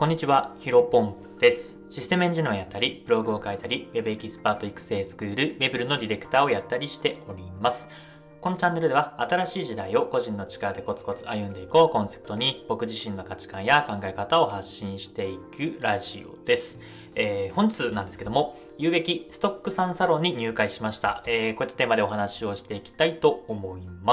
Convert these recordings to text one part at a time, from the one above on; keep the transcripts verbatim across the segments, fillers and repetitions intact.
こんにちは、ヒロポンプです。システムエンジニアをやったり、ブログを書いたり、ウェブエキスパート育成スクール、ウェブルのディレクターをやったりしております。このチャンネルでは、新しい時代を個人の力でコツコツ歩んでいこうコンセプトに、僕自身の価値観や考え方を発信していくラジオです。えー、本日なんですけども、有益ストックさんサロンに入会しました。えー、こういったテーマでお話をしていきたいと思います。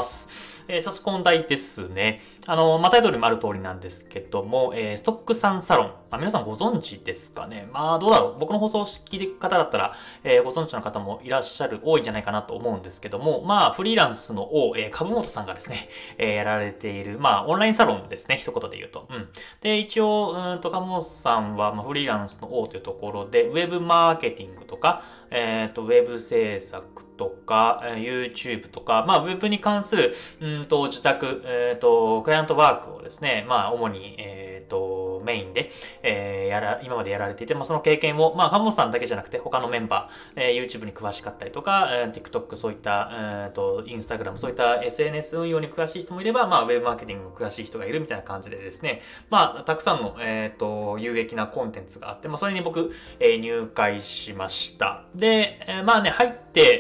えー、早速本題ですね。あの、まあ、タイトルにもある通りなんですけども、えー、ストックさんサロン。まあ、皆さんご存知ですかね。まあ、どうだろう。僕の放送を聞いている方だったら、えー、ご存知の方もいらっしゃる、多いんじゃないかなと思うんですけども、まあ、フリーランスの王、えー、株本さんがですね、えー、やられている、まあ、オンラインサロンですね。一言で言うと。うん。で、一応、うんと、株本さんは、まあ、フリーランスの王というところで、ウェブマーケティングとか、えっと、ウェブ制作とか、YouTube とか、まあ、ウェブに関する、うんと、自宅、えっと、クライアントワークをですね、まあ、主に、えっと、メインで、えー、やら、今までやられていて、まあ、その経験を、まあ、ハモさんだけじゃなくて、他のメンバー、えー、YouTube に詳しかったりとか、えー、TikTok、そういった、えっと、Instagram、そういった エスエヌエス 運用に詳しい人もいれば、まあ、ウェブマーケティングに詳しい人がいるみたいな感じでですね、まあ、たくさんの、えっと、有益なコンテンツがあって、まあ、それに僕、えー、入会しました。で、えー、まあね、入って、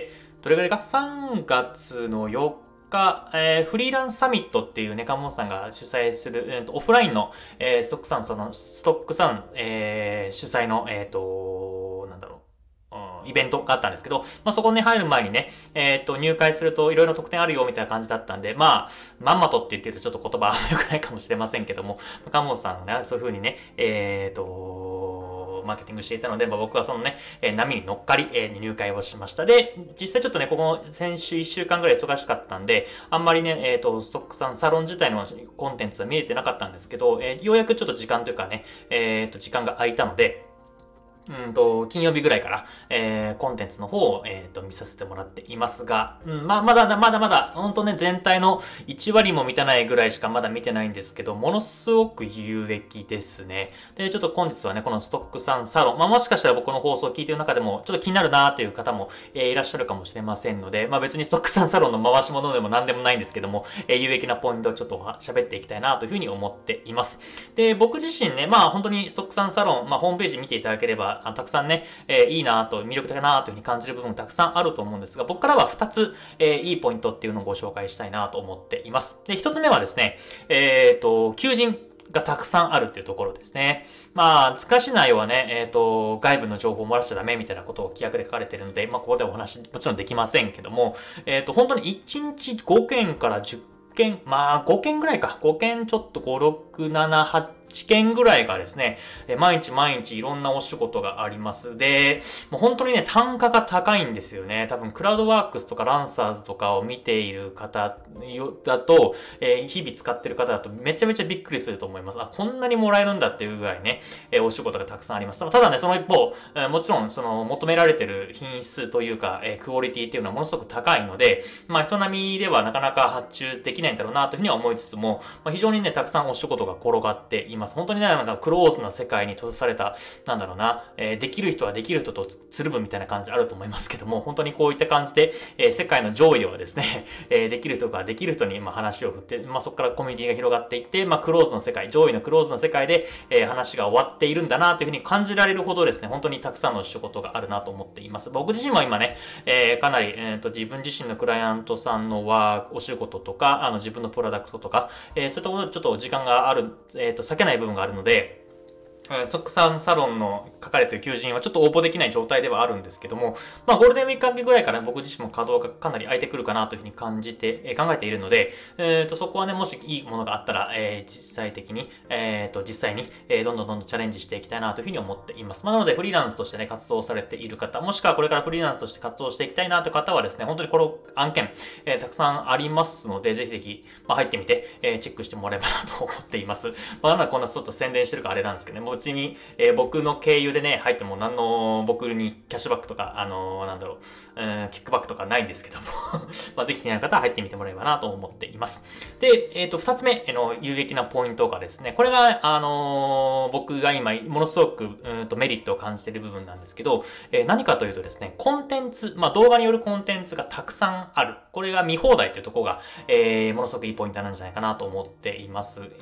どれぐらいか ?さんがつのよっか、えー、フリーランスサミットっていうね、カモンさんが主催する、えーと、オフラインの、えー、ストックさん、その、ストックさん、えー、主催の、えっと、なんだろう、イベントがあったんですけど、まあ、そこに入る前にね、えっと、入会するといろいろ特典あるよみたいな感じだったんで、まあ、まんまとって言ってるとちょっと言葉は良くないかもしれませんけども、カモンさんがね、そういう風にね、えっと、マーケティングしていたので、まあ、僕はそのね、えー、波に乗っかり、えー、入会をしました。で、実際ちょっとね、ここ先週いっしゅうかんぐらい忙しかったんで、あんまりね、えっと、ストックさんサロン自体のコンテンツは見れてなかったんですけど、えー、ようやくちょっと時間というかね、えっと、時間が空いたので、うんと、金曜日ぐらいから、えー、コンテンツの方を、えっと、見させてもらっていますが、うん、まあ、まだ、まだまだ、ほんとね、全体のいちわりも満たないぐらいしかまだ見てないんですけど、ものすごく有益ですね。で、ちょっと本日はね、このストックさんサロン、まあ、もしかしたら僕の放送を聞いてる中でも、ちょっと気になるなーという方も、えー、いらっしゃるかもしれませんので、まあ、別にストックさんサロンの回し物でも何でもないんですけども、えー、有益なポイントをちょっと喋っていきたいなというふうに思っています。で、僕自身ね、まあ、本当にストックさんサロン、まあ、ホームページ見ていただければ、あたくさんね、えー、いいなと、魅力的だなというふうに感じる部分たくさんあると思うんですが、僕からはふたつ、えー、いいポイントっていうのをご紹介したいなと思っています。で、ひとつめはですね、えっと、求人がたくさんあるっていうところですね。まあ、難しい内容はね、えっと、外部の情報を漏らしちゃダメみたいなことを規約で書かれているので、まあ、ここでお話もちろんできませんけども、えっと、本当にいちにちごけんからじゅっけん、まあ、ごけんぐらいか。ごけんちょっとご、ろく、なな、はちけんぐらいがですね、毎日毎日いろんなお仕事があります。で、もう本当にね、単価が高いんですよね。多分、クラウドワークスとかランサーズとかを見ている方だと、えー、日々使ってる方だとめちゃめちゃびっくりすると思います。あ、こんなにもらえるんだっていうぐらいね、えー、お仕事がたくさんあります。ただね、その一方、えー、もちろん、その、求められてる品質というか、えー、クオリティっていうのはものすごく高いので、まあ、人並みではなかなか発注できないんだろうなというふうには思いつつも、まあ、非常にね、たくさんお仕事が転がっています。本当にね、なんかクローズな世界に閉ざされた、なんだろうな、えー、できる人はできる人とつるむみたいな感じあると思いますけども、本当にこういった感じで、えー、世界の上位ではですね、えー、できる人ができる人に、まあ、話を振って、まあ、そこからコミュニティが広がっていって、まあ、クローズの世界、上位のクローズの世界で、えー、話が終わっているんだなというふうに感じられるほどですね、本当にたくさんの仕事があるなと思っています。僕自身は今ね、えー、かなり、えーと、自分自身のクライアントさんのワーお仕事とか、あの自分のプロダクトとか、えー、そういったことでちょっと時間がある、えーと、避けない部分があるので、ストックさんサロンの書かれている求人はちょっと応募できない状態ではあるんですけども、まあゴールデンウィーク明けぐらいから僕自身も稼働がかなり空いてくるかなというふうに感じて、えー、考えているので、えっと、そこはね、もしいいものがあったら、えー、実際的に、えっと、実際に、えー、どんどんどんどんチャレンジしていきたいなというふうに思っています。まあなので、フリーランスとしてね、活動されている方、もしくはこれからフリーランスとして活動していきたいなという方はですね、本当にこの案件、えー、たくさんありますので、ぜひぜひ、まあ入ってみて、えー、チェックしてもらえばなと思っています。まあなので、こんなちょっと宣伝してるからあれなんですけどね、もううちに、えー僕の経由でね、入っても何の僕にキャッシュバックとか、あのー、なんだろう、えー、キックバックとかないんですけども、まあぜひ気になる方は入ってみてもらえばなと思っています。で、えっと、二つ目の有益なポイントがですね、これが、あのー、僕が今、ものすごく、うんとメリットを感じている部分なんですけど、えー、何かというとですね、コンテンツ、まあ動画によるコンテンツがたくさんある。これが見放題というところが、えー、ものすごくいいポイントなんじゃないかなと思っています。えっと、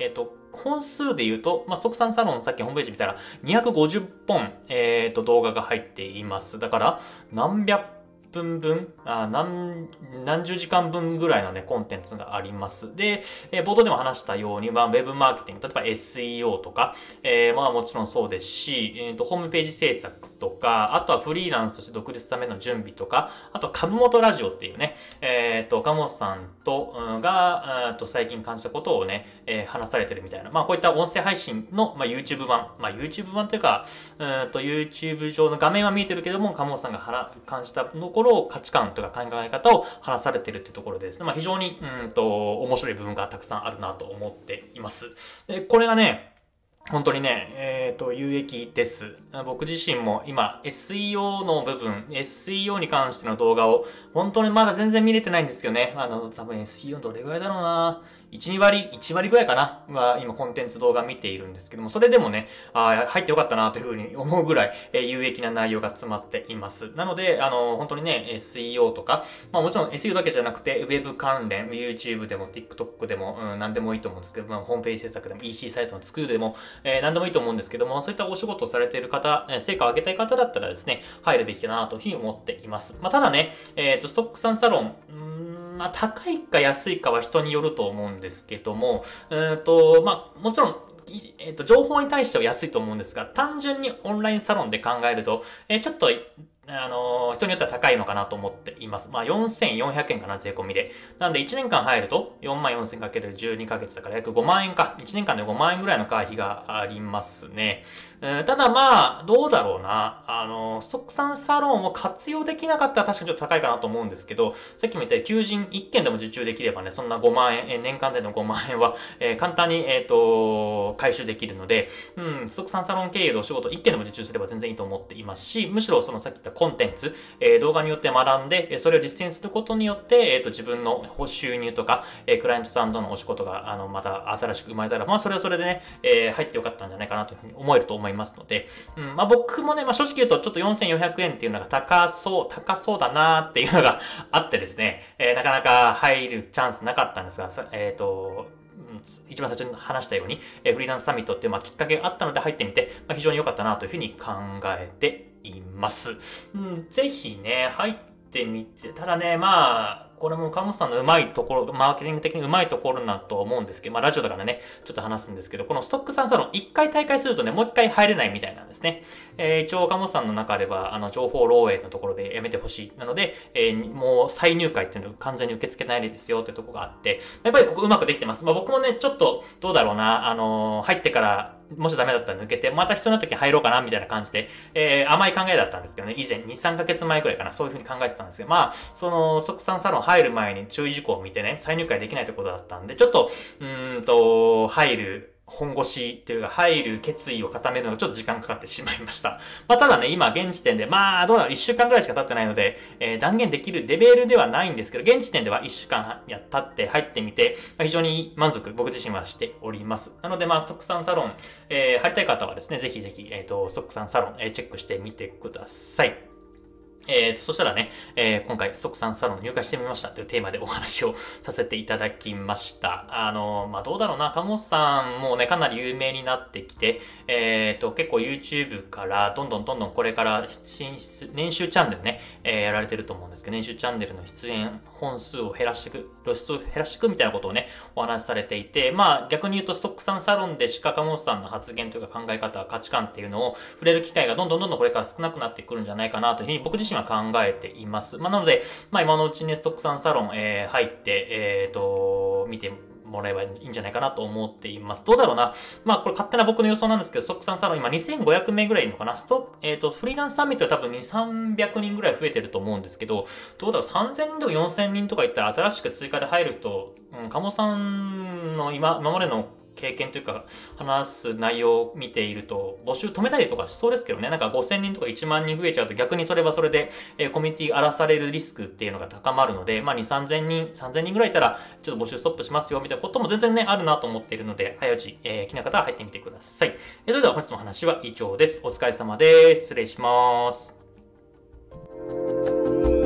本数で言うと、まあ、ストックさんサロンさっきホームページ見たらにひゃくごじゅっぽん、えっと、動画が入っています。だから、何百分分、あ何、何十時間分ぐらいのね、コンテンツがあります。で、えー、冒頭でも話したように、まあ、ウェブマーケティング、例えば エスイーオー とか、えー、まあもちろんそうですし、えっと、ホームページ制作とか、あとはフリーランスとして独立するための準備とか、あとは株元ラジオっていうね、えっと、岡本さんと、うん、が、えっと、最近感じたことをね、えー、話されてるみたいな、まあこういった音声配信の、まあ、YouTube 版、まあ YouTube 版というか、うんと YouTube 上の画面は見えてるけども、岡本さんが感じたところを価値観とか考え方を話されてるっていうところでですね、まあ非常に、うんと、面白い部分がたくさんあるなと思っています。で、これがね、本当にね、えっと、有益です。僕自身も今、エスイーオー の部分、エスイーオー に関しての動画を、本当にまだ全然見れてないんですけどね。あの、多分 エスイーオー どれぐらいだろうないち、に割、いち割ぐらいかなは、今コンテンツ動画見ているんですけども、それでもね、あ入ってよかったなというふうに思うぐらい、えー、有益な内容が詰まっています。なので、あの、本当にね、エスイーオー とか、まあもちろん エスイーオー だけじゃなくて、ウェブ関連、YouTube でも TikTok でも、うん、何でもいいと思うんですけど、まあ、ホームページ制作でも イーシー サイトの作るでも、えー、何でもいいと思うんですけども、そういったお仕事をされている方、えー、成果を上げたい方だったらですね、入るべきかなというふうに思っています。まあただね、えっと、ストックさんサロン、まあ、高いか安いかは人によると思うんですけども、えっと、まあ、もちろん、えっと、情報に対しては安いと思うんですが、単純にオンラインサロンで考えると、えー、ちょっと、あのー、人によっては高いのかなと思っています。まあ、よんせんよんひゃくえんかな、税込みで。なんで、いちねんかん入ると、よんまんよんせんかけるじゅうにかげつだから約ごまん円か。いちねんかんでごまん円ぐらいの会費がありますね。ただまあ、どうだろうな。あの、ストックさんサロンを活用できなかったら確かにちょっと高いかなと思うんですけど、さっきも言ったように求人いっけんでも受注できればね、そんなごまん円、年間でのごまん円は、えー、簡単に、えっと、回収できるので、うん、ストックさんサロン経由でお仕事いっけんでも受注すれば全然いいと思っていますし、むしろそのさっき言ったコンテンツ、えー、動画によって学んで、それを実践することによって、えっと、自分の収入とか、えー、クライアントさんとのお仕事が、あの、また新しく生まれたら、まあ、それはそれでね、えー、入ってよかったんじゃないかなというふうに思えると思いますので、うん、まあ僕もね、まあ正直言うとちょっとよんせんよんひゃくえんっていうのが高そう、高そうだなーっていうのがあってですね、えー、なかなか入るチャンスなかったんですが、えっと、一番最初に話したように、フリーランスサミットっていうまあきっかけがあったので入ってみて、まあ、非常に良かったなというふうに考えています。うん、ぜひね、入ってみて、ただね、まあ、これも岡本さんの上手いところ、マーケティング的に上手いところなと思うんですけど、まあラジオだからね、ちょっと話すんですけど、このストックさんサロン一回大会するとね、もう一回入れないみたいなんですね。えー、一応岡本さんの中では、あの、情報漏洩のところでやめてほしい。なので、えー、もう再入会っていうのを完全に受け付けないですよっていうところがあって、やっぱりここうまくできてます。まあ僕もね、ちょっと、どうだろうな、あのー、入ってから、もしダメだったら抜けて、また人になった時入ろうかな、みたいな感じで、えー、甘い考えだったんですけどね、以前、に、さんかげつまえくらいかな、そういうふうに考えてたんですけど、まあ、その、ストックさんサロン入る前に注意事項を見てね、再入会できないってことだったんで、ちょっと、うーんと、入る、本腰っていうか入る決意を固めるのがちょっと時間かかってしまいました。まあただね、今現時点で、まあどうだろう、いっしゅうかんぐらいしか経ってないので、えー、断言できるレベルではないんですけど、現時点ではいっしゅうかんや経って入ってみて、まあ、非常に満足、僕自身はしております。なのでまあストックさんサロン、えー、入りたい方はですね、ぜひぜひ、えっと、ストックさんサロン、えー、チェックしてみてください。えーと、そしたらね、えー、今回、ストックさんサロン入会してみましたというテーマでお話をさせていただきました。あの、まあ、どうだろうな、鴨本さんもね、かなり有名になってきて、えーと、結構 YouTube からどんどんどんどんこれから進出、年収チャンネルね、えー、やられてると思うんですけど、年収チャンネルの出演本数を減らしていく、露出を減らしていくみたいなことをね、お話しされていて、まあ、逆に言うとストックさんサロンでしか鴨本さんの発言というか考え方、価値観っていうのを触れる機会がどんどんどんどんこれから少なくなってくるんじゃないかなというふうに僕自身は考えています。まあ、なので、まあ、今のうちにストックさんサロン、えー、入って、えーと、見てもらえばいいんじゃないかなと思っています。どうだろうな。まあ、これ勝手な僕の予想なんですけど、ストックさんサロン今にせんごひゃくめいぐらいいるのかな。ストえっ、ー、と、フリーランスサミットは多分にせんさんびゃくにんぐらい増えてると思うんですけど、どうだろう、さんぜんにんとかよんせんにんとかいったら新しく追加で入ると、うん、鴨さんの今、今までの経験というか、話す内容を見ていると、募集止めたりとかしそうですけどね、なんかごせんにんとかいちまんにん増えちゃうと逆にそれはそれで、えー、コミュニティ荒らされるリスクっていうのが高まるので、まあに、さんぜんにん、さんぜんにんぐらいいたら、ちょっと募集ストップしますよ、みたいなことも全然ね、あるなと思っているので、早いうち、えー、気な方は入ってみてください。えー、それでは本日の話は以上です。お疲れ様です。失礼します。